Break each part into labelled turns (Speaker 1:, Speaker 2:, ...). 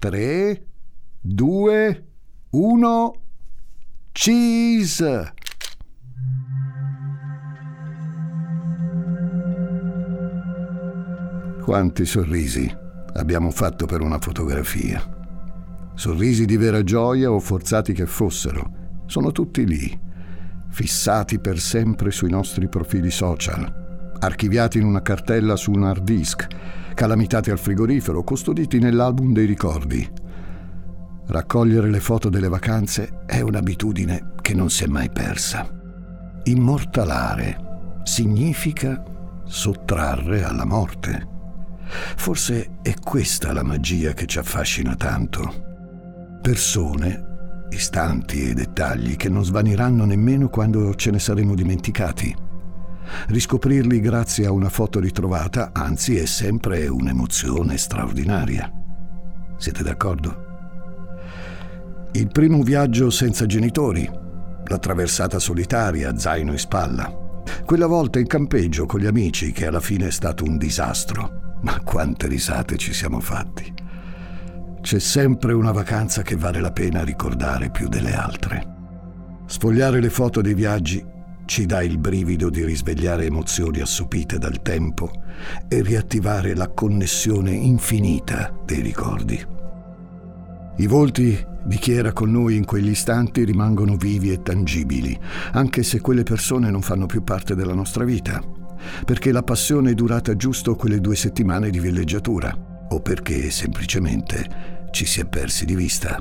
Speaker 1: 3, 2, 1, cheese! Quanti sorrisi abbiamo fatto per una fotografia. Sorrisi di vera gioia o forzati che fossero, sono tutti lì, fissati per sempre sui nostri profili social, archiviati in una cartella su un hard disk, calamitati al frigorifero, custoditi nell'album dei ricordi. Raccogliere le foto delle vacanze è un'abitudine che non si è mai persa. Immortalare significa sottrarre alla morte. Forse è questa la magia che ci affascina tanto. Persone, istanti e dettagli che non svaniranno nemmeno quando ce ne saremo dimenticati. Riscoprirli grazie a una foto ritrovata, anzi, è sempre un'emozione straordinaria. Siete d'accordo? Il primo viaggio senza genitori, la traversata solitaria, zaino in spalla, quella volta in campeggio con gli amici che alla fine è stato un disastro. Ma quante risate ci siamo fatti. C'è sempre una vacanza che vale la pena ricordare più delle altre. Sfogliare le foto dei viaggi ci dà il brivido di risvegliare emozioni assopite dal tempo e riattivare la connessione infinita dei ricordi. I volti di chi era con noi in quegli istanti rimangono vivi e tangibili, anche se quelle persone non fanno più parte della nostra vita, perché la passione è durata giusto quelle 2 settimane di villeggiatura, o perché semplicemente ci si è persi di vista.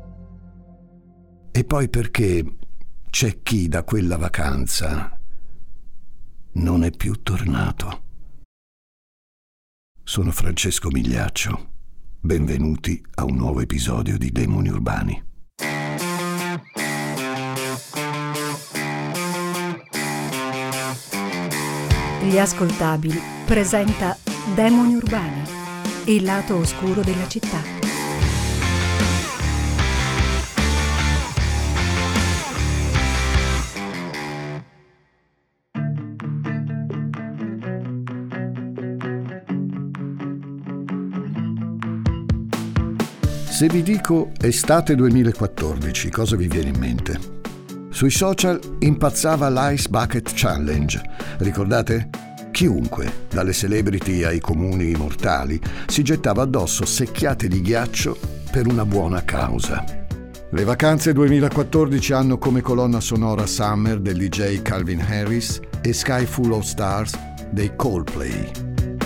Speaker 1: E poi perché c'è chi da quella vacanza non è più tornato. Sono Francesco Migliaccio. Benvenuti a un nuovo episodio di Demoni Urbani.
Speaker 2: Gli Ascoltabili presenta Demoni Urbani, il lato oscuro della città.
Speaker 1: Se vi dico estate 2014, cosa vi viene in mente? Sui social impazzava l'Ice Bucket Challenge. Ricordate? Chiunque, dalle celebrity ai comuni mortali, si gettava addosso secchiate di ghiaccio per una buona causa. Le vacanze 2014 hanno come colonna sonora Summer del DJ Calvin Harris e Sky Full of Stars dei Coldplay.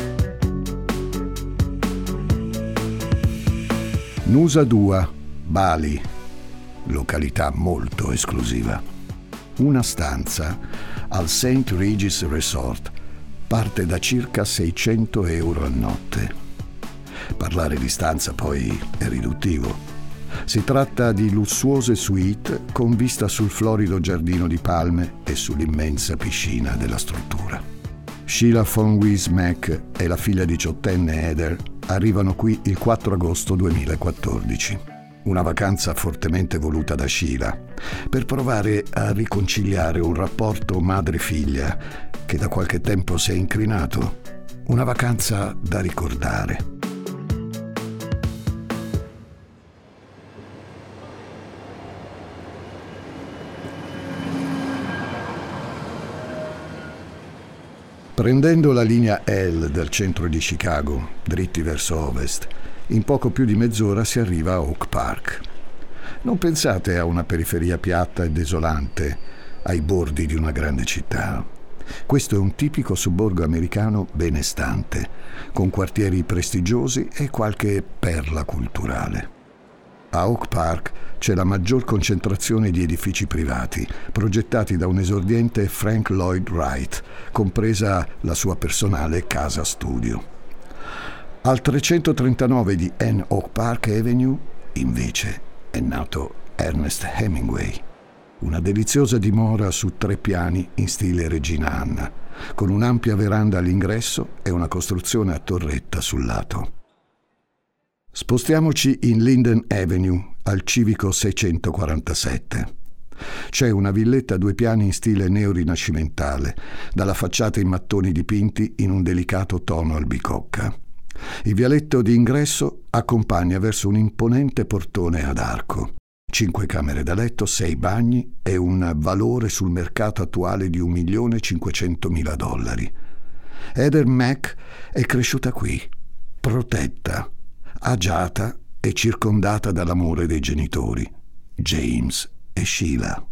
Speaker 1: Nusa Dua, Bali, località molto esclusiva. Una stanza al St. Regis Resort parte da circa €600 a notte. Parlare di stanza poi è riduttivo. Si tratta di lussuose suite con vista sul florido giardino di palme e sull'immensa piscina della struttura. Sheila von Wiesmack e la figlia diciottenne Heather arrivano qui il 4 agosto 2014. Una vacanza fortemente voluta da Sheila per provare a riconciliare un rapporto madre-figlia che da qualche tempo si è incrinato. Una vacanza da ricordare. Prendendo la linea L del centro di Chicago, dritti verso ovest, in poco più di mezz'ora si arriva a Oak Park. Non pensate a una periferia piatta e desolante, ai bordi di una grande città. Questo è un tipico sobborgo americano benestante, con quartieri prestigiosi e qualche perla culturale. A Oak Park c'è la maggior concentrazione di edifici privati, progettati da un esordiente Frank Lloyd Wright, compresa la sua personale casa studio. Al 339 di N Oak Park Avenue, invece, è nato Ernest Hemingway, una deliziosa dimora su 3 piani in stile Regina Anna, con un'ampia veranda all'ingresso e una costruzione a torretta sul lato. Spostiamoci in Linden Avenue, al civico 647. C'è una villetta a 2 piani in stile neorinascimentale, dalla facciata in mattoni dipinti in un delicato tono albicocca. Il vialetto di ingresso accompagna verso un imponente portone ad arco. 5 camere da letto, 6 bagni e un valore sul mercato attuale di $1.500.000. Heather Mack è cresciuta qui, protetta, agiata e circondata dall'amore dei genitori, James e Sheila.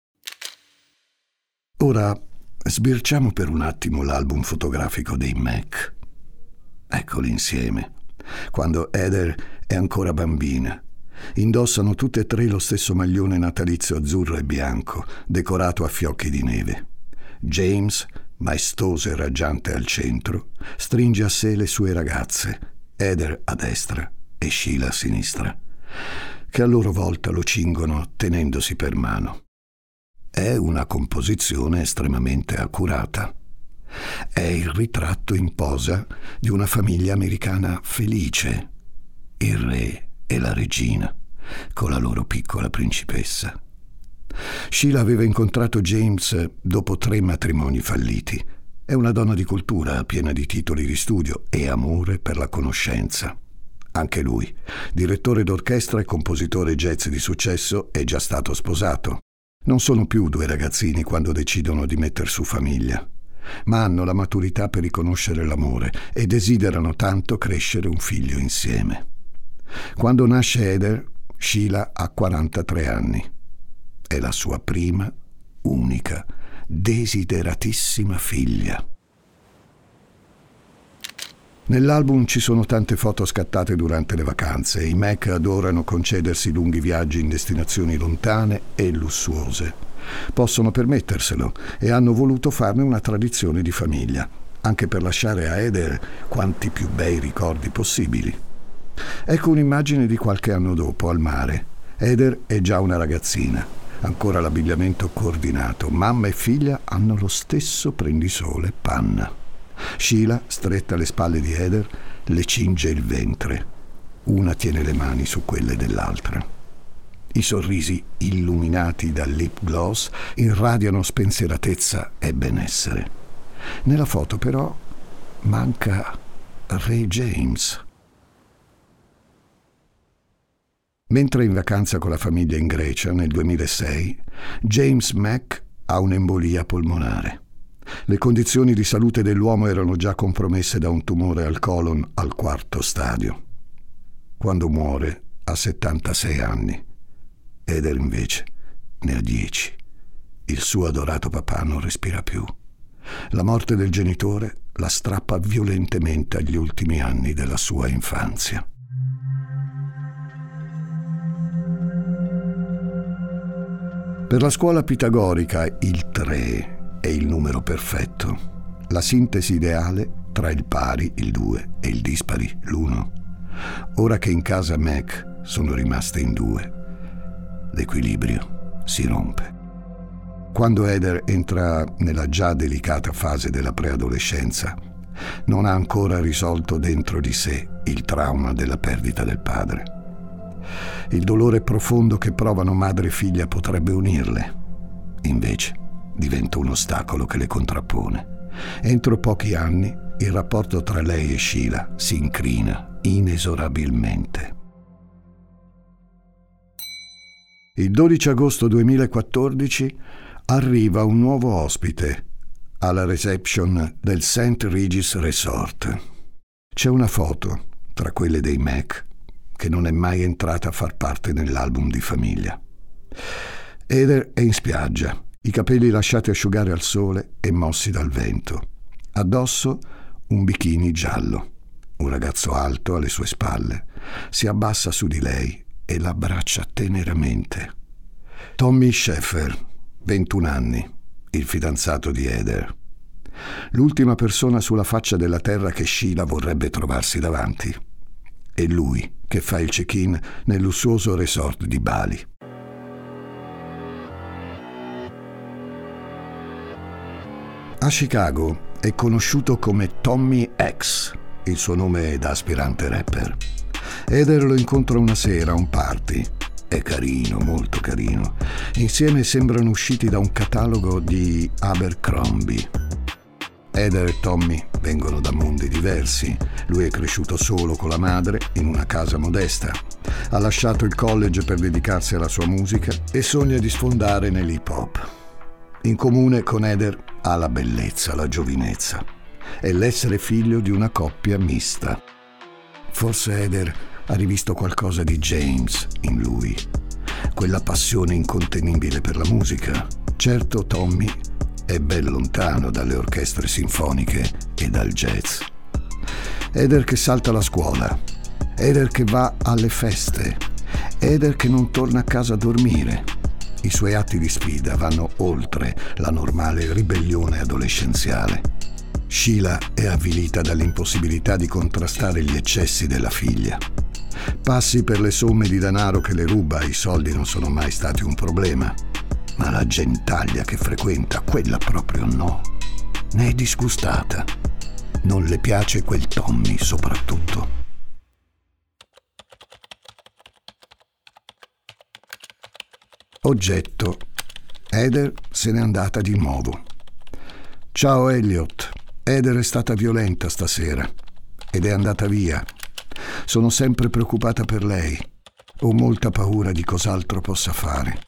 Speaker 1: Ora sbirciamo per un attimo l'album fotografico dei Mack. Eccoli insieme, quando Heather è ancora bambina. Indossano tutte e 3 lo stesso maglione natalizio azzurro e bianco, decorato a fiocchi di neve. James, maestoso e raggiante al centro, stringe a sé le sue ragazze, Heather a destra e Sheila a sinistra, che a loro volta lo cingono tenendosi per mano. È una composizione estremamente accurata. È il ritratto in posa di una famiglia americana felice, il re e la regina, con la loro piccola principessa. Sheila aveva incontrato James dopo 3 matrimoni falliti. È una donna di cultura, piena di titoli di studio e amore per la conoscenza. Anche lui, direttore d'orchestra e compositore jazz di successo, è già stato sposato. Non sono più 2 ragazzini quando decidono di metter su famiglia, ma hanno la maturità per riconoscere l'amore e desiderano tanto crescere un figlio insieme. Quando nasce Heather, Sheila ha 43 anni. È la sua prima, unica, desideratissima figlia. Nell'album ci sono tante foto scattate durante le vacanze. I Mack adorano concedersi lunghi viaggi in destinazioni lontane e lussuose. Possono permetterselo e hanno voluto farne una tradizione di famiglia, anche per lasciare a Heather quanti più bei ricordi possibili. Ecco un'immagine di qualche anno dopo, al mare. Heather è già una ragazzina, ancora l'abbigliamento coordinato. Mamma e figlia hanno lo stesso prendisole panna. Sheila, stretta alle spalle di Heather, le cinge il ventre. Una tiene le mani su quelle dell'altra. I sorrisi illuminati dal lip gloss irradiano spensieratezza e benessere. Nella foto però manca Re James. Mentre in vacanza con la famiglia in Grecia nel 2006, James Mack ha un'embolia polmonare. Le condizioni di salute dell'uomo erano già compromesse da un tumore al colon al 4º stadio. Quando muore ha 76 anni. Heather invece ne ha 10. Il suo adorato papà non respira più. La morte del genitore la strappa violentemente agli ultimi anni della sua infanzia. Per la scuola pitagorica il 3 è il numero perfetto, la sintesi ideale tra il pari, il 2, e il dispari, l'1. Ora che in casa Mack sono rimaste in 2, l'equilibrio si rompe. Quando Heather entra nella già delicata fase della preadolescenza, non ha ancora risolto dentro di sé il trauma della perdita del padre. Il dolore profondo che provano madre e figlia potrebbe unirle. Invece diventa un ostacolo che le contrappone. Entro pochi anni il rapporto tra lei e Sheila si incrina inesorabilmente. Il 12 agosto 2014 arriva un nuovo ospite alla reception del St. Regis Resort. C'è una foto tra quelle dei Mack che non è mai entrata a far parte nell'album di famiglia. Heather è in spiaggia, i capelli lasciati asciugare al sole e mossi dal vento. Addosso un bikini giallo. Un ragazzo alto alle sue spalle si abbassa su di lei e la abbraccia teneramente. Tommy Sheffer, 21 anni, il fidanzato di Heather. L'ultima persona sulla faccia della terra che Sheila vorrebbe trovarsi davanti. È lui che fa il check-in nel lussuoso resort di Bali. A Chicago è conosciuto come Tommy X, il suo nome da aspirante rapper. Heather lo incontra una sera a un party. È carino, molto carino. Insieme sembrano usciti da un catalogo di Abercrombie. Heather e Tommy vengono da mondi diversi. Lui è cresciuto solo con la madre in una casa modesta. Ha lasciato il college per dedicarsi alla sua musica e sogna di sfondare nell'hip hop. In comune con Heather ha la bellezza, la giovinezza e l'essere figlio di una coppia mista. Forse Heather ha rivisto qualcosa di James in lui, quella passione incontenibile per la musica. Certo, Tommy è ben lontano dalle orchestre sinfoniche e dal jazz. Heather che salta la scuola, Heather che va alle feste, Heather che non torna a casa a dormire. I suoi atti di sfida vanno oltre la normale ribellione adolescenziale. Sheila è avvilita dall'impossibilità di contrastare gli eccessi della figlia. Passi per le somme di denaro che le ruba, i soldi non sono mai stati un problema. Ma la gentaglia che frequenta, quella proprio no. Ne è disgustata. Non le piace quel Tommy soprattutto. Oggetto. Heather se n'è andata di nuovo. Ciao Elliot. Heather è stata violenta stasera ed è andata via. Sono sempre preoccupata per lei. Ho molta paura di cos'altro possa fare.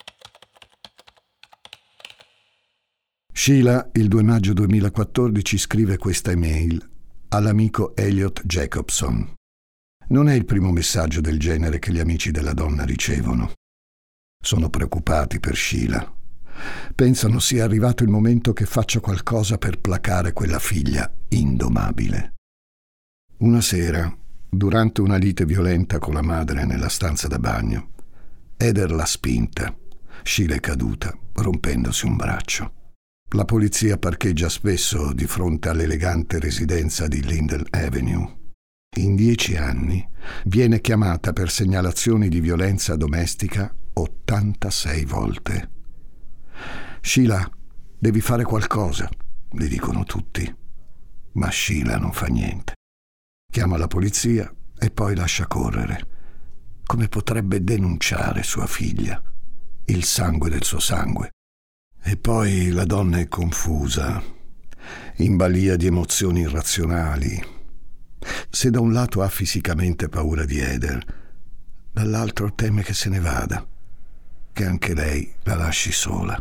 Speaker 1: Sheila, il 2 maggio 2014, scrive questa email all'amico Elliot Jacobson. Non è il primo messaggio del genere che gli amici della donna ricevono. Sono preoccupati per Sheila. Pensano sia arrivato il momento che faccia qualcosa per placare quella figlia indomabile. Una sera, durante una lite violenta con la madre nella stanza da bagno, Heather l'ha spinta. Sheila è caduta, rompendosi un braccio. La polizia parcheggia spesso di fronte all'elegante residenza di Linden Avenue. In 10 anni viene chiamata per segnalazioni di violenza domestica 86 volte. Sheila, devi fare qualcosa, le dicono tutti. Ma Sheila non fa niente. Chiama la polizia e poi lascia correre. Come potrebbe denunciare sua figlia? Il sangue del suo sangue. E poi la donna è confusa, in balia di emozioni irrazionali. Se da un lato ha fisicamente paura di Heather, dall'altro teme che se ne vada, che anche lei la lasci sola.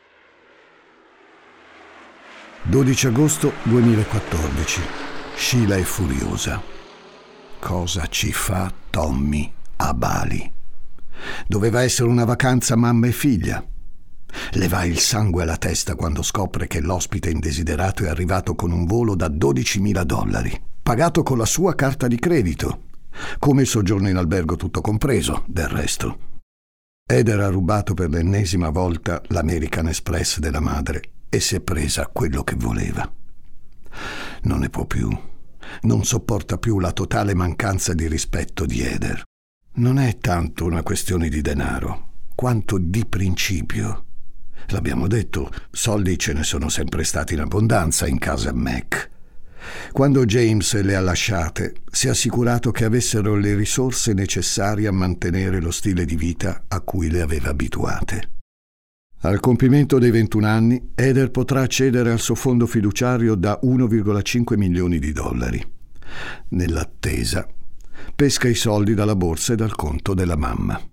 Speaker 1: 12 agosto 2014. Sheila è furiosa. Cosa ci fa Tommy a Bali? Doveva essere una vacanza mamma e figlia. Le va il sangue alla testa quando scopre che l'ospite indesiderato è arrivato con un volo da $12.000, pagato con la sua carta di credito, come il soggiorno in albergo tutto compreso, del resto. Heather ha rubato per l'ennesima volta l'American Express della madre e si è presa quello che voleva. Non ne può più. Non sopporta più la totale mancanza di rispetto di Heather. Non è tanto una questione di denaro, quanto di principio. L'abbiamo detto, soldi ce ne sono sempre stati in abbondanza in casa Mac. Quando James le ha lasciate, si è assicurato che avessero le risorse necessarie a mantenere lo stile di vita a cui le aveva abituate. Al compimento dei 21 anni, Heather potrà accedere al suo fondo fiduciario da $1,5 milioni. Nell'attesa, pesca i soldi dalla borsa e dal conto della mamma.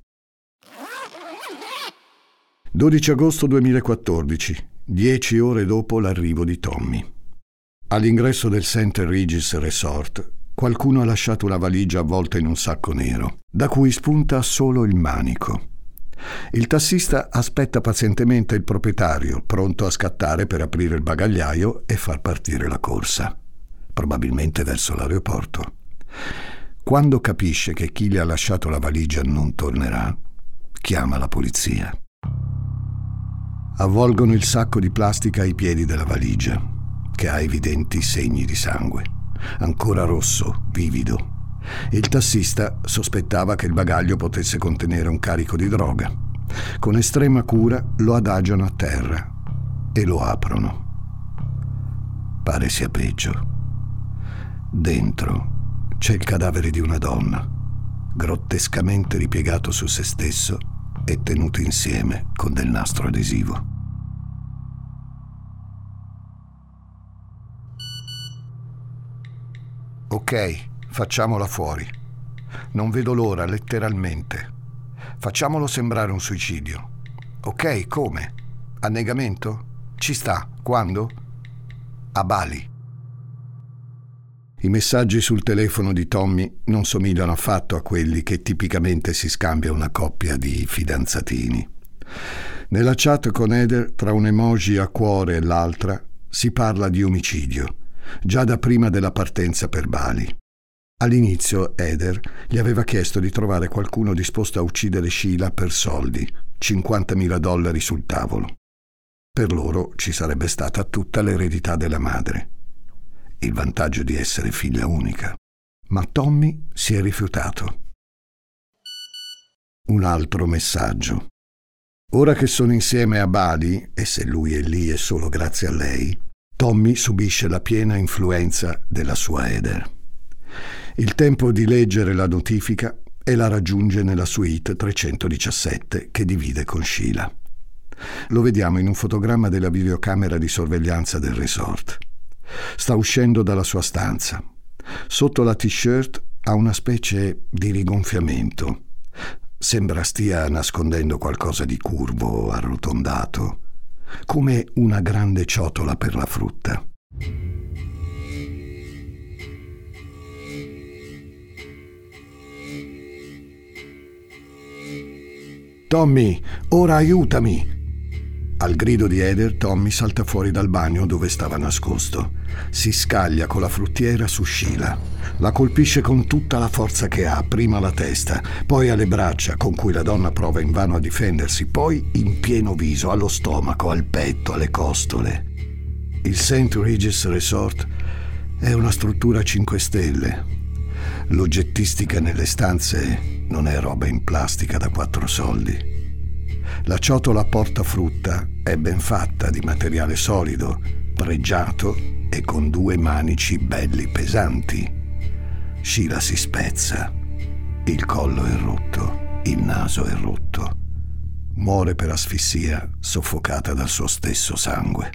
Speaker 1: 12 agosto 2014, 10 ore dopo l'arrivo di Tommy. All'ingresso del St. Regis Resort, qualcuno ha lasciato una valigia avvolta in un sacco nero, da cui spunta solo il manico. Il tassista aspetta pazientemente il proprietario, pronto a scattare per aprire il bagagliaio e far partire la corsa, probabilmente verso l'aeroporto. Quando capisce che chi gli ha lasciato la valigia non tornerà, chiama la polizia. Avvolgono il sacco di plastica ai piedi della valigia, che ha evidenti segni di sangue, ancora rosso, vivido. Il tassista sospettava che il bagaglio potesse contenere un carico di droga. Con estrema cura lo adagiano a terra e lo aprono. Pare sia peggio. Dentro c'è il cadavere di una donna, grottescamente ripiegato su se stesso e tenuto insieme con del nastro adesivo. Ok, facciamola fuori. Non vedo l'ora, letteralmente. Facciamolo sembrare un suicidio. Ok, come? Annegamento? Ci sta. Quando? A Bali. I messaggi sul telefono di Tommy non somigliano affatto a quelli che tipicamente si scambia una coppia di fidanzatini. Nella chat con Heather, tra un emoji a cuore e l'altra, si parla di omicidio, già da prima della partenza per Bali. All'inizio Heather gli aveva chiesto di trovare qualcuno disposto a uccidere Sheila per soldi, $50.000 sul tavolo. Per loro ci sarebbe stata tutta l'eredità della madre, il vantaggio di essere figlia unica. Ma Tommy si è rifiutato. Un altro messaggio. Ora che sono insieme a Bali, e se lui è lì è solo grazie a lei, Tommy subisce la piena influenza della sua Heather. Il tempo di leggere la notifica e la raggiunge nella suite 317 che divide con Sheila. Lo vediamo in un fotogramma della videocamera di sorveglianza del resort. Sta uscendo dalla sua stanza. Sotto la t-shirt ha una specie di rigonfiamento. Sembra stia nascondendo qualcosa di curvo, arrotondato, come una grande ciotola per la frutta. Tommy, ora aiutami! Al grido di Heather, Tommy salta fuori dal bagno dove stava nascosto. Si scaglia con la fruttiera su Sheila. La colpisce con tutta la forza che ha, prima alla testa, poi alle braccia, con cui la donna prova invano a difendersi, poi in pieno viso, allo stomaco, al petto, alle costole. Il St. Regis Resort è una struttura a 5 stelle. L'oggettistica nelle stanze non è roba in plastica da 4 soldi. La ciotola portafrutta è ben fatta, di materiale solido, pregiato e con 2 manici belli pesanti. Sheila si spezza. Il collo è rotto, il naso è rotto. Muore per asfissia, soffocata dal suo stesso sangue.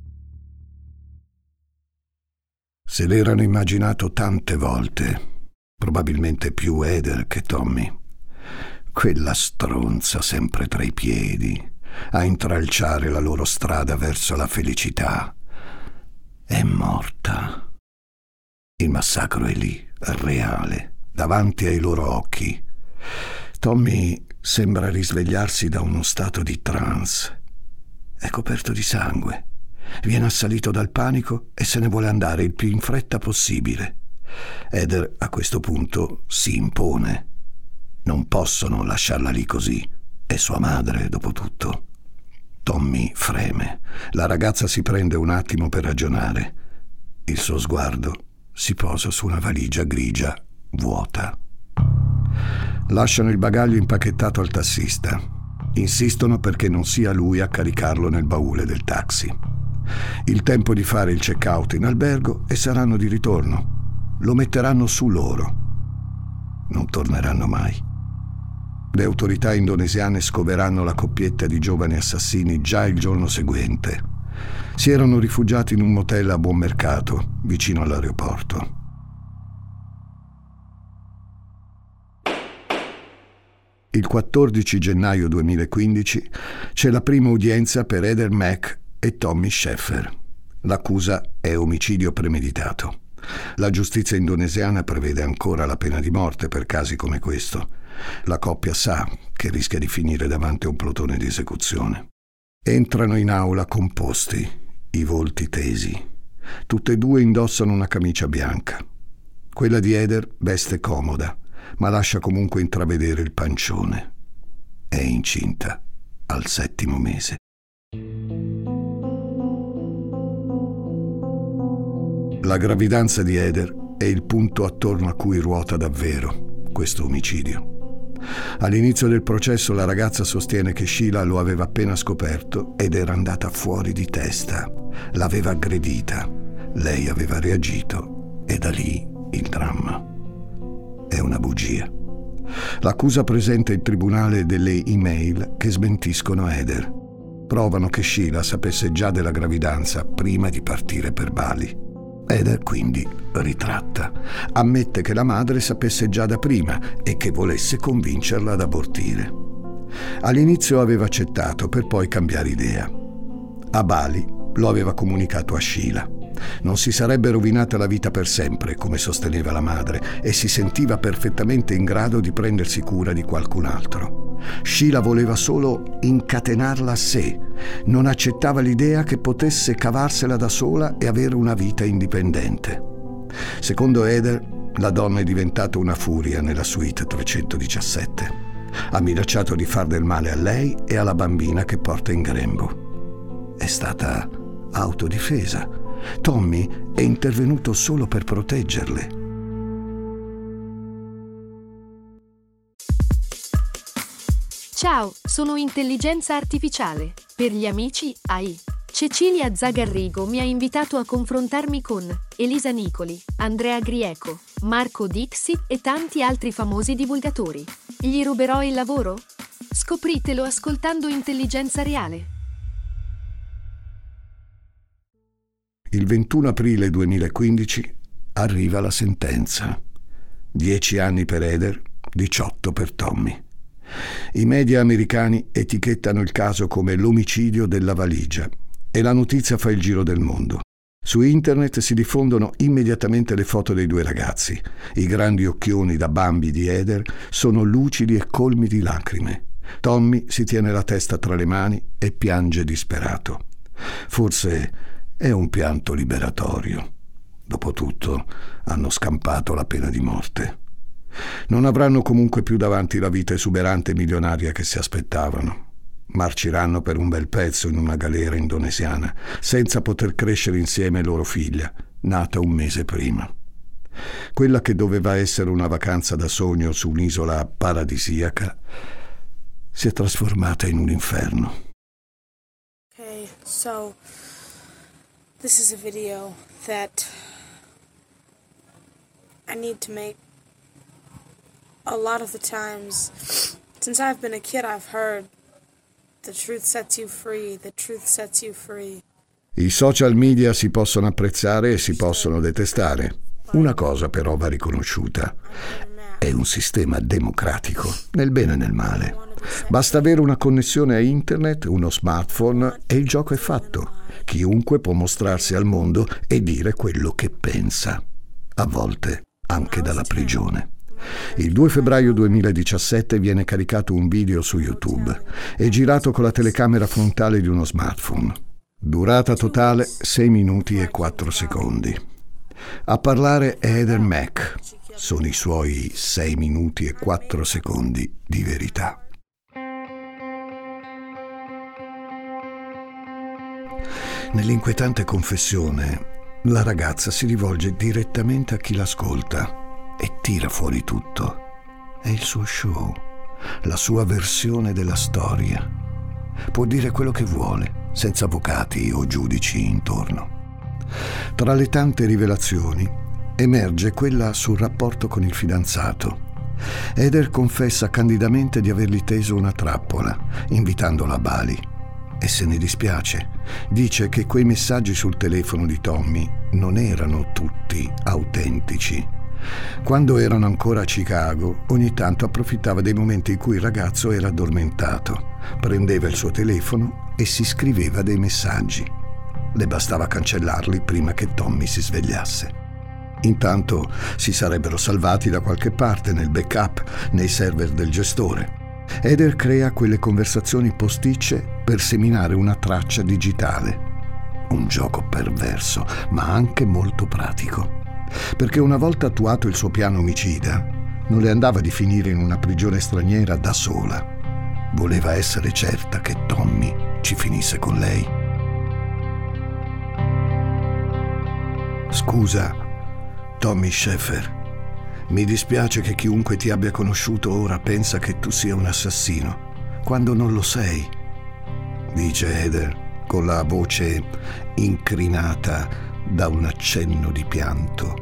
Speaker 1: Se l'erano immaginato tante volte, probabilmente più Heather che Tommy. Quella stronza sempre tra i piedi, a intralciare la loro strada verso la felicità. È morta. Il massacro è lì, reale, davanti ai loro occhi. Tommy sembra risvegliarsi da uno stato di trance. È coperto di sangue. Viene assalito dal panico e se ne vuole andare il più in fretta possibile. Heather a questo punto si impone. Non possono lasciarla lì così. È sua madre, dopo tutto. Tommy freme. La ragazza si prende un attimo per ragionare. Il suo sguardo si posa su una valigia grigia, vuota. Lasciano il bagaglio impacchettato al tassista. Insistono perché non sia lui a caricarlo nel baule del taxi. Il tempo di fare il check-out in albergo e saranno di ritorno. Lo metteranno su loro. Non torneranno mai. Le autorità indonesiane scoveranno la coppietta di giovani assassini già il giorno seguente. Si erano rifugiati in un motel a Buon Mercato, vicino all'aeroporto. Il 14 gennaio 2015 c'è la prima udienza per Heather Mack e Tommy Sheffer. L'accusa è omicidio premeditato. La giustizia indonesiana prevede ancora la pena di morte per casi come questo. La coppia sa che rischia di finire davanti a un plotone di esecuzione. Entrano in aula composti, i volti tesi. Tutte e due indossano una camicia bianca. Quella di Heather veste comoda, ma lascia comunque intravedere il pancione. È incinta al 7° mese. La gravidanza di Heather è il punto attorno a cui ruota davvero questo omicidio. All'inizio del processo la ragazza sostiene che Sheila lo aveva appena scoperto ed era andata fuori di testa. L'aveva aggredita, lei aveva reagito e da lì il dramma. È una bugia. L'accusa presenta in tribunale delle email che smentiscono Heather. Provano che Sheila sapesse già della gravidanza prima di partire per Bali. Eder quindi ritratta. Ammette che la madre sapesse già da prima e che volesse convincerla ad abortire. All'inizio aveva accettato, per poi cambiare idea. A Bali lo aveva comunicato a Sheila. Non si sarebbe rovinata la vita per sempre, come sosteneva la madre, e si sentiva perfettamente in grado di prendersi cura di qualcun altro. Sheila voleva solo incatenarla a sé, non accettava l'idea che potesse cavarsela da sola e avere una vita indipendente. Secondo Eder, la donna è diventata una furia nella suite 317. Ha minacciato di far del male a lei e alla bambina che porta in grembo. È stata autodifesa. Tommy è intervenuto solo per proteggerle.
Speaker 3: Ciao, sono intelligenza artificiale. Per gli amici, AI. Cecilia Zagarrigo mi ha invitato a confrontarmi con Elisa Nicoli, Andrea Grieco, Marco Dixit e tanti altri famosi divulgatori. Gli ruberò il lavoro? Scopritelo ascoltando Intelligenza Reale.
Speaker 1: Il 21 aprile 2015 arriva la sentenza. 10 anni per Eder, 18 per Tommy. I media americani etichettano il caso come l'omicidio della valigia e la notizia fa il giro del mondo. Su internet si diffondono immediatamente le foto dei due ragazzi. I grandi occhioni da Bambi di Eder sono lucidi e colmi di lacrime. Tommy si tiene la testa tra le mani e piange disperato. Forse è un pianto liberatorio. Dopotutto hanno scampato la pena di morte. Non avranno comunque più davanti la vita esuberante e milionaria che si aspettavano. Marciranno per un bel pezzo in una galera indonesiana, senza poter crescere insieme loro figlia, nata un mese prima. Quella che doveva essere una vacanza da sogno su un'isola paradisiaca si è trasformata in un inferno.
Speaker 4: Okay, so this is a video that I need to make. A lot of the times, since I've been a kid, I've heard the truth sets you free, the truth sets you free.
Speaker 1: I social media si possono apprezzare e si possono detestare. Una cosa però va riconosciuta: è un sistema democratico, nel bene e nel male. Basta avere una connessione a internet, uno smartphone e il gioco è fatto. Chiunque può mostrarsi al mondo e dire quello che pensa, a volte anche dalla prigione. Il 2 febbraio 2017 viene caricato un video su YouTube. È girato con la telecamera frontale di uno smartphone. Durata totale 6 minuti e 4 secondi. A parlare è Eder Mack. Sono i suoi 6 minuti e 4 secondi di verità. Nell'inquietante confessione, la ragazza si rivolge direttamente a chi l'ascolta e tira fuori tutto. È il suo show, la sua versione della storia. Può dire quello che vuole, senza avvocati o giudici intorno. Tra le tante rivelazioni emerge quella sul rapporto con il fidanzato. Eder confessa candidamente di avergli teso una trappola, invitandola a Bali. E se ne dispiace. Dice che quei messaggi sul telefono di Tommy non erano tutti autentici. Quando erano ancora a Chicago, ogni tanto approfittava dei momenti in cui il ragazzo era addormentato, prendeva il suo telefono e si scriveva dei messaggi. Le bastava cancellarli prima che Tommy si svegliasse. Intanto si sarebbero salvati da qualche parte nel backup, nei server del gestore. Eder crea quelle conversazioni posticce per seminare una traccia digitale. Un gioco perverso, ma anche molto pratico. Perché una volta attuato il suo piano omicida, non le andava di finire in una prigione straniera da sola. Voleva essere certa che Tommy ci finisse con lei. Scusa, Tommy Sheffer. Mi dispiace che chiunque ti abbia conosciuto ora pensa che tu sia un assassino, quando non lo sei, dice Eder con la voce incrinata da un accenno di pianto.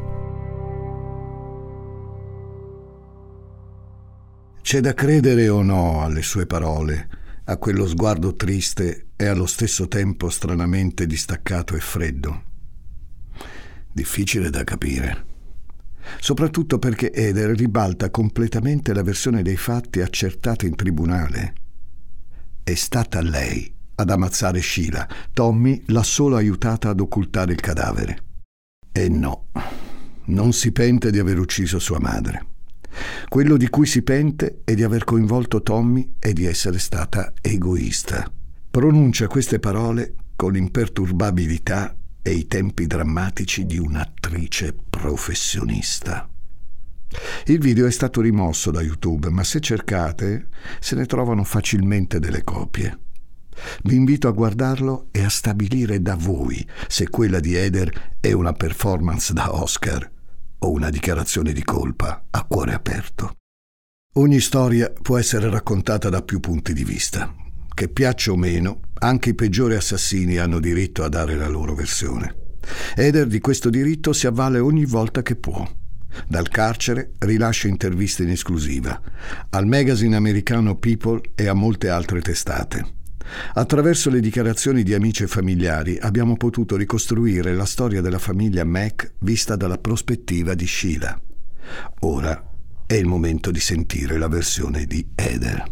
Speaker 1: C'è da credere o no alle sue parole, a quello sguardo triste e allo stesso tempo stranamente distaccato e freddo. difficile da capire. Soprattutto perché Heather ribalta completamente la versione dei fatti accertata in tribunale. È stata lei ad ammazzare Sheila. Tommy l'ha solo aiutata ad occultare il cadavere. E no, non si pente di aver ucciso sua madre. Quello di cui si pente è di aver coinvolto Tommy e di essere stata egoista. Pronuncia queste parole con l'imperturbabilità e i tempi drammatici di un'attrice professionista. Il video è stato rimosso da YouTube, ma se cercate se ne trovano facilmente delle copie. Vi invito a guardarlo e a stabilire da voi se quella di Heather è una performance da Oscar o una dichiarazione di colpa a cuore aperto. Ogni storia può essere raccontata da più punti di vista. Che piaccia o meno, anche i peggiori assassini hanno diritto a dare la loro versione. Heather di questo diritto si avvale ogni volta che può. Dal carcere rilascia interviste in esclusiva, al magazine americano People e a molte altre testate. Attraverso le dichiarazioni di amici e familiari abbiamo potuto ricostruire la storia della famiglia Mac vista dalla prospettiva di Sheila. Ora è il momento di sentire la versione di Heather.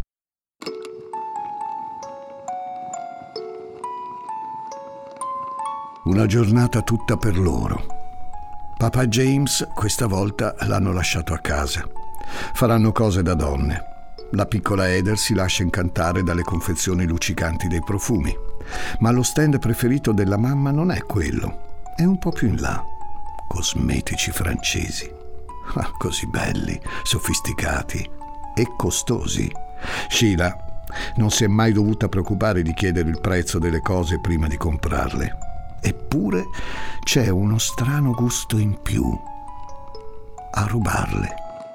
Speaker 1: Una giornata tutta per loro. Papà James questa volta l'hanno lasciato a casa. Faranno cose da donne. La piccola Heather si lascia incantare dalle confezioni luccicanti dei profumi. Ma lo stand preferito della mamma non è quello. È un po' più in là. Cosmetici francesi. Ah, così belli, sofisticati e costosi. Sheila non si è mai dovuta preoccupare di chiedere il prezzo delle cose prima di comprarle. Eppure c'è uno strano gusto in più a rubarle.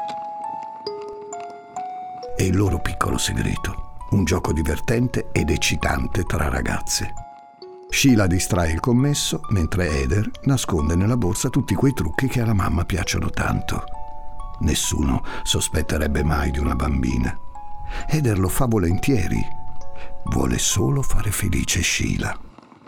Speaker 1: È il loro piccolo segreto, un gioco divertente ed eccitante tra ragazze. Sheila distrae il commesso, mentre Heather nasconde nella borsa tutti quei trucchi che alla mamma piacciono tanto. Nessuno sospetterebbe mai di una bambina. Heather lo fa volentieri. Vuole solo fare felice Sheila.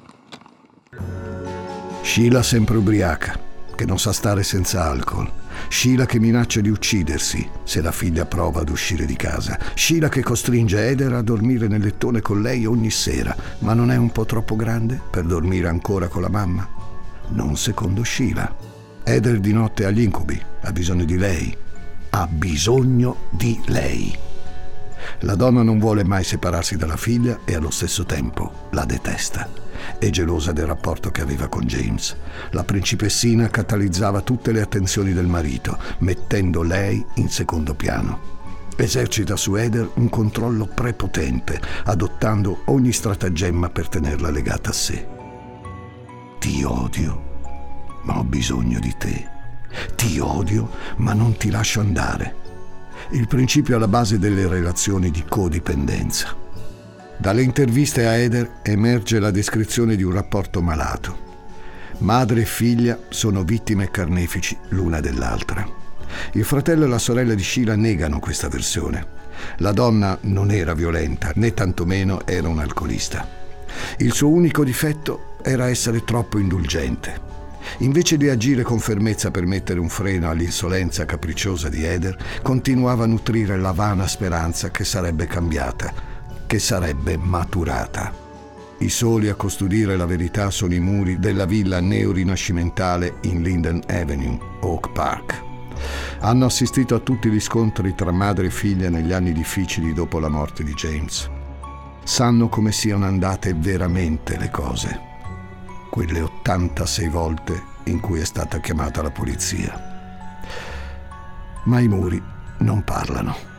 Speaker 1: Sheila sempre ubriaca, che non sa stare senza alcol. Sheila che minaccia di uccidersi se la figlia prova ad uscire di casa. Sheila che costringe Heather a dormire nel lettone con lei ogni sera, ma non è un po' troppo grande per dormire ancora con la mamma? Non secondo Sheila. Heather di notte ha gli incubi, ha bisogno di lei. Ha bisogno di lei. La donna non vuole mai separarsi dalla figlia e allo stesso tempo la detesta. È gelosa del rapporto che aveva con James. La principessina catalizzava tutte le attenzioni del marito, mettendo lei in secondo piano. Esercita su Heather un controllo prepotente, adottando ogni stratagemma per tenerla legata a sé. Ti odio, ma ho bisogno di te. Ti odio, ma non ti lascio andare. Il principio alla base delle relazioni di codipendenza. Dalle interviste a Heather emerge la descrizione di un rapporto malato. Madre e figlia sono vittime e carnefici l'una dell'altra. Il fratello e la sorella di Sheila negano questa versione. La donna non era violenta, né tantomeno era un alcolista. Il suo unico difetto era essere troppo indulgente. Invece di agire con fermezza per mettere un freno all'insolenza capricciosa di Heather, continuava a nutrire la vana speranza che sarebbe cambiata, che sarebbe maturata. I soli a custodire la verità sono i muri della villa neorinascimentale in Linden Avenue, Oak Park. Hanno assistito a tutti gli scontri tra madre e figlia negli anni difficili dopo la morte di James. Sanno come siano andate veramente le cose, quelle 86 volte in cui è stata chiamata la polizia. Ma i muri non parlano.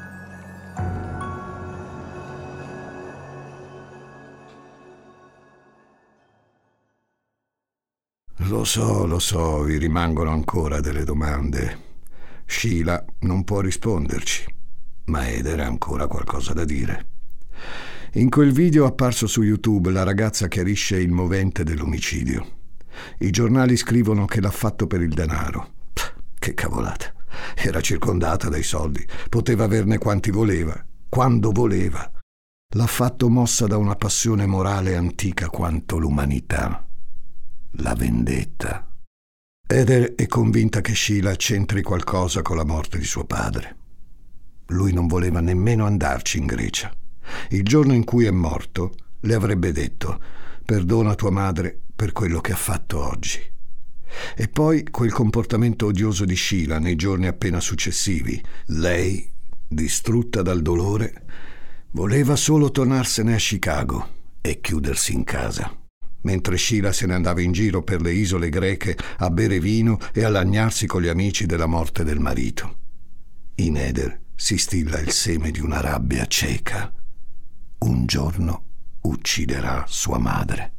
Speaker 1: Lo so, vi rimangono ancora delle domande. Sheila non può risponderci, ma Heather ha ancora qualcosa da dire. In quel video apparso su YouTube la ragazza chiarisce il movente dell'omicidio. I giornali scrivono che l'ha fatto per il denaro. Che cavolata. Era circondata dai soldi, poteva averne quanti voleva, quando voleva. L'ha fatto mossa da una passione morale antica quanto l'umanità. La vendetta. Heather è convinta che Sheila c'entri qualcosa con la morte di suo padre. Lui non voleva nemmeno andarci in Grecia. Il giorno in cui è morto le avrebbe detto: perdona tua madre per quello che ha fatto oggi. E poi quel comportamento odioso di Sheila nei giorni appena successivi. Lei, distrutta dal dolore, voleva solo tornarsene a Chicago e chiudersi in casa, mentre Sheila se ne andava in giro per le isole greche a bere vino e a lagnarsi con gli amici della morte del marito. In Heather si stilla il seme di una rabbia cieca. Un giorno ucciderà sua madre.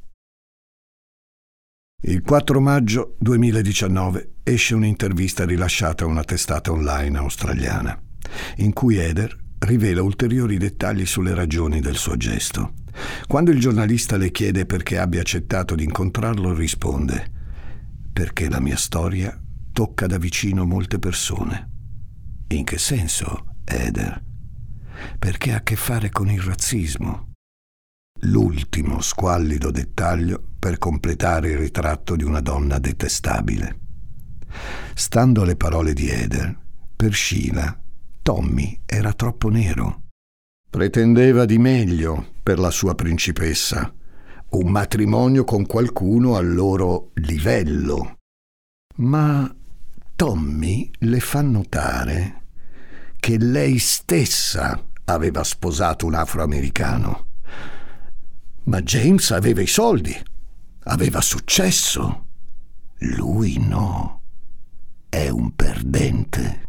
Speaker 1: Il 4 maggio 2019 esce un'intervista rilasciata a una testata online australiana, in cui Heather rivela ulteriori dettagli sulle ragioni del suo gesto. Quando il giornalista le chiede perché abbia accettato di incontrarlo, risponde: perché la mia storia tocca da vicino molte persone. In che senso, Heather? Perché ha a che fare con il razzismo. L'ultimo squallido dettaglio per completare il ritratto di una donna detestabile. Stando alle parole di Heather, per Sheila Tommy era troppo nero. Pretendeva di meglio per la sua principessa, un matrimonio con qualcuno al loro livello. Ma Tommy le fa notare che lei stessa aveva sposato un afroamericano. Ma James aveva i soldi, aveva successo. Lui no, è un perdente.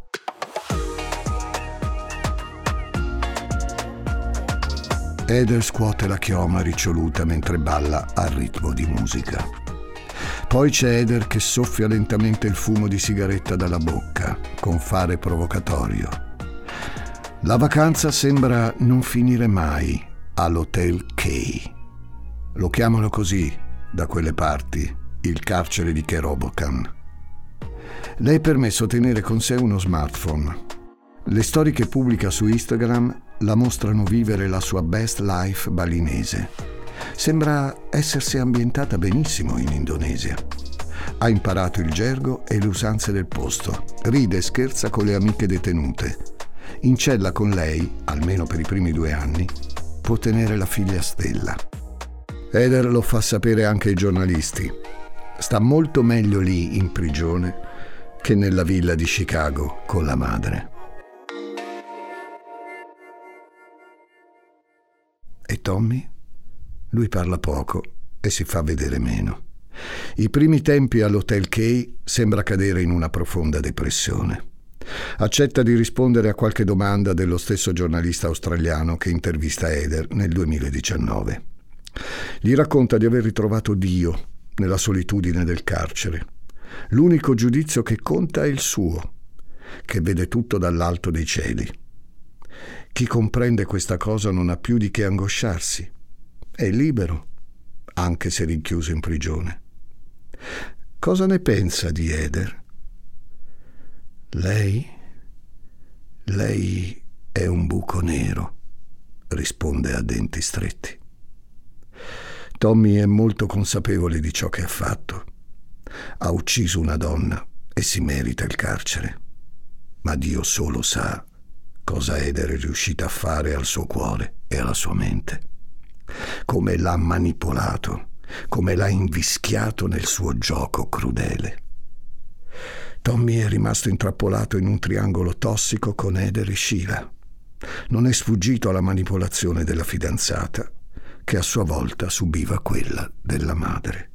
Speaker 1: Heather scuote la chioma riccioluta mentre balla al ritmo di musica. Poi c'è Heather che soffia lentamente il fumo di sigaretta dalla bocca, con fare provocatorio. La vacanza sembra non finire mai all'Hotel Key. Lo chiamano così da quelle parti, il carcere di Kerobokan. Le è permesso tenere con sé uno smartphone. Le storie che pubblica su Instagram la mostrano vivere la sua best life balinese. Sembra essersi ambientata benissimo in Indonesia. Ha imparato il gergo e le usanze del posto. Ride e scherza con le amiche detenute. In cella con lei, almeno per i primi 2 anni, può tenere la figlia Stella. Heather lo fa sapere anche ai giornalisti. Sta molto meglio lì in prigione che nella villa di Chicago con la madre. E Tommy? Lui parla poco e si fa vedere meno. I primi tempi all'Hotel Key sembra cadere in una profonda depressione. Accetta di rispondere a qualche domanda dello stesso giornalista australiano che intervista Heather nel 2019. Gli racconta di aver ritrovato Dio nella solitudine del carcere. L'unico giudizio che conta è il suo, che vede tutto dall'alto dei cieli. Chi comprende questa cosa non ha più di che angosciarsi. È libero, anche se rinchiuso in prigione. Cosa ne pensa di Heather? Lei è un buco nero, risponde a denti stretti. Tommy è molto consapevole di ciò che ha fatto. Ha ucciso una donna e si merita il carcere. Ma Dio solo sa cosa Heather è riuscita a fare al suo cuore e alla sua mente. Come l'ha manipolato, come l'ha invischiato nel suo gioco crudele. Tommy è rimasto intrappolato in un triangolo tossico con Heather e Sheila. Non è sfuggito alla manipolazione della fidanzata, che a sua volta subiva quella della madre.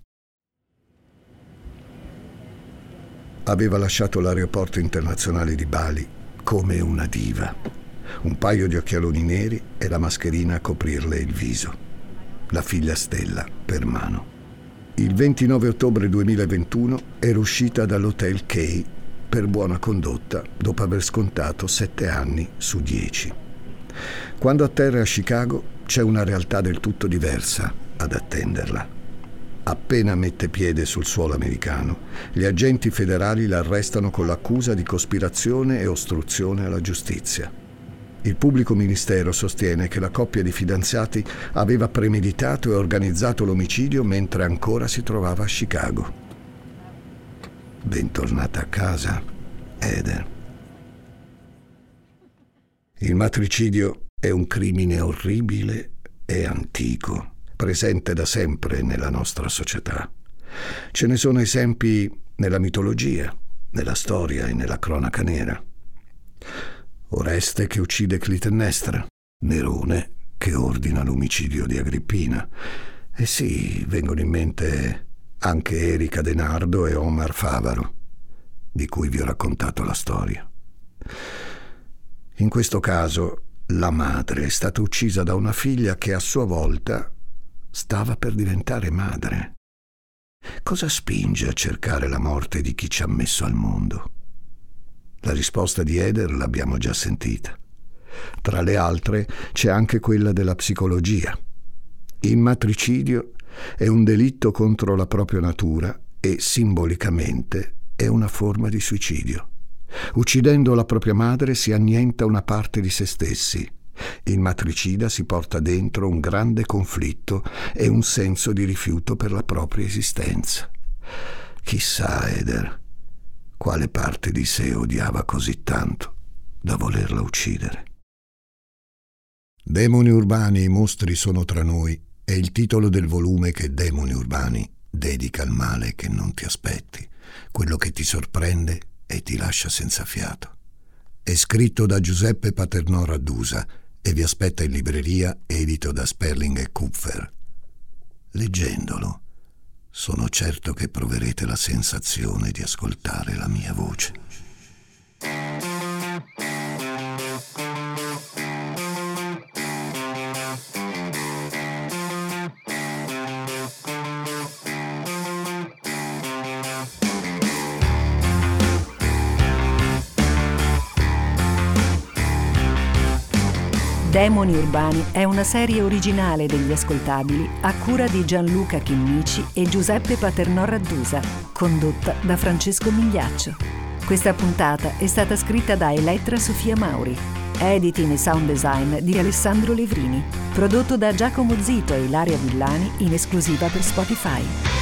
Speaker 1: Aveva lasciato l'aeroporto internazionale di Bali come una diva. Un paio di occhialoni neri e la mascherina a coprirle il viso. La figlia Stella per mano. Il 29 ottobre 2021 era uscita dall'Hotel Key per buona condotta dopo aver scontato 7 anni su 10. Quando atterra a Chicago c'è una realtà del tutto diversa ad attenderla. Appena mette piede sul suolo americano, gli agenti federali la arrestano con l'accusa di cospirazione e ostruzione alla giustizia. Il pubblico ministero sostiene che la coppia di fidanzati aveva premeditato e organizzato l'omicidio mentre ancora si trovava a Chicago. bentornata a casa, Eder. Il matricidio è un crimine orribile e antico, presente da sempre nella nostra società. Ce ne sono esempi nella mitologia, nella storia e nella cronaca nera. Oreste che uccide Clitennestra, Nerone che ordina l'omicidio di Agrippina. E sì, vengono in mente anche Erika De Nardo e Omar Favaro, di cui vi ho raccontato la storia. In questo caso, la madre è stata uccisa da una figlia che a sua volta stava per diventare madre. Cosa spinge a cercare la morte di chi ci ha messo al mondo? La risposta di Eder l'abbiamo già sentita. Tra le altre c'è anche quella della psicologia. Il matricidio è un delitto contro la propria natura e simbolicamente è una forma di suicidio. Uccidendo la propria madre si annienta una parte di se stessi. Il matricida si porta dentro un grande conflitto e un senso di rifiuto per la propria esistenza. Chissà, Eder, quale parte di sé odiava così tanto da volerla uccidere. Demoni urbani, i mostri sono tra noi, è il titolo del volume che Demoni Urbani dedica al male che non ti aspetti, quello che ti sorprende e ti lascia senza fiato. È scritto da Giuseppe Paternò Raddusa e vi aspetta in libreria, edito da Sperling & Kupfer. Leggendolo, sono certo che proverete la sensazione di ascoltare la mia voce.
Speaker 2: Demoni Urbani è una serie originale degli Ascoltabili a cura di Gianluca Chinnici e Giuseppe Paternò Raddusa, condotta da Francesco Migliaccio. Questa puntata è stata scritta da Elettra Sofia Mauri, editing e sound design di Alessandro Levrini, prodotto da Giacomo Zito e Ilaria Villani in esclusiva per Spotify.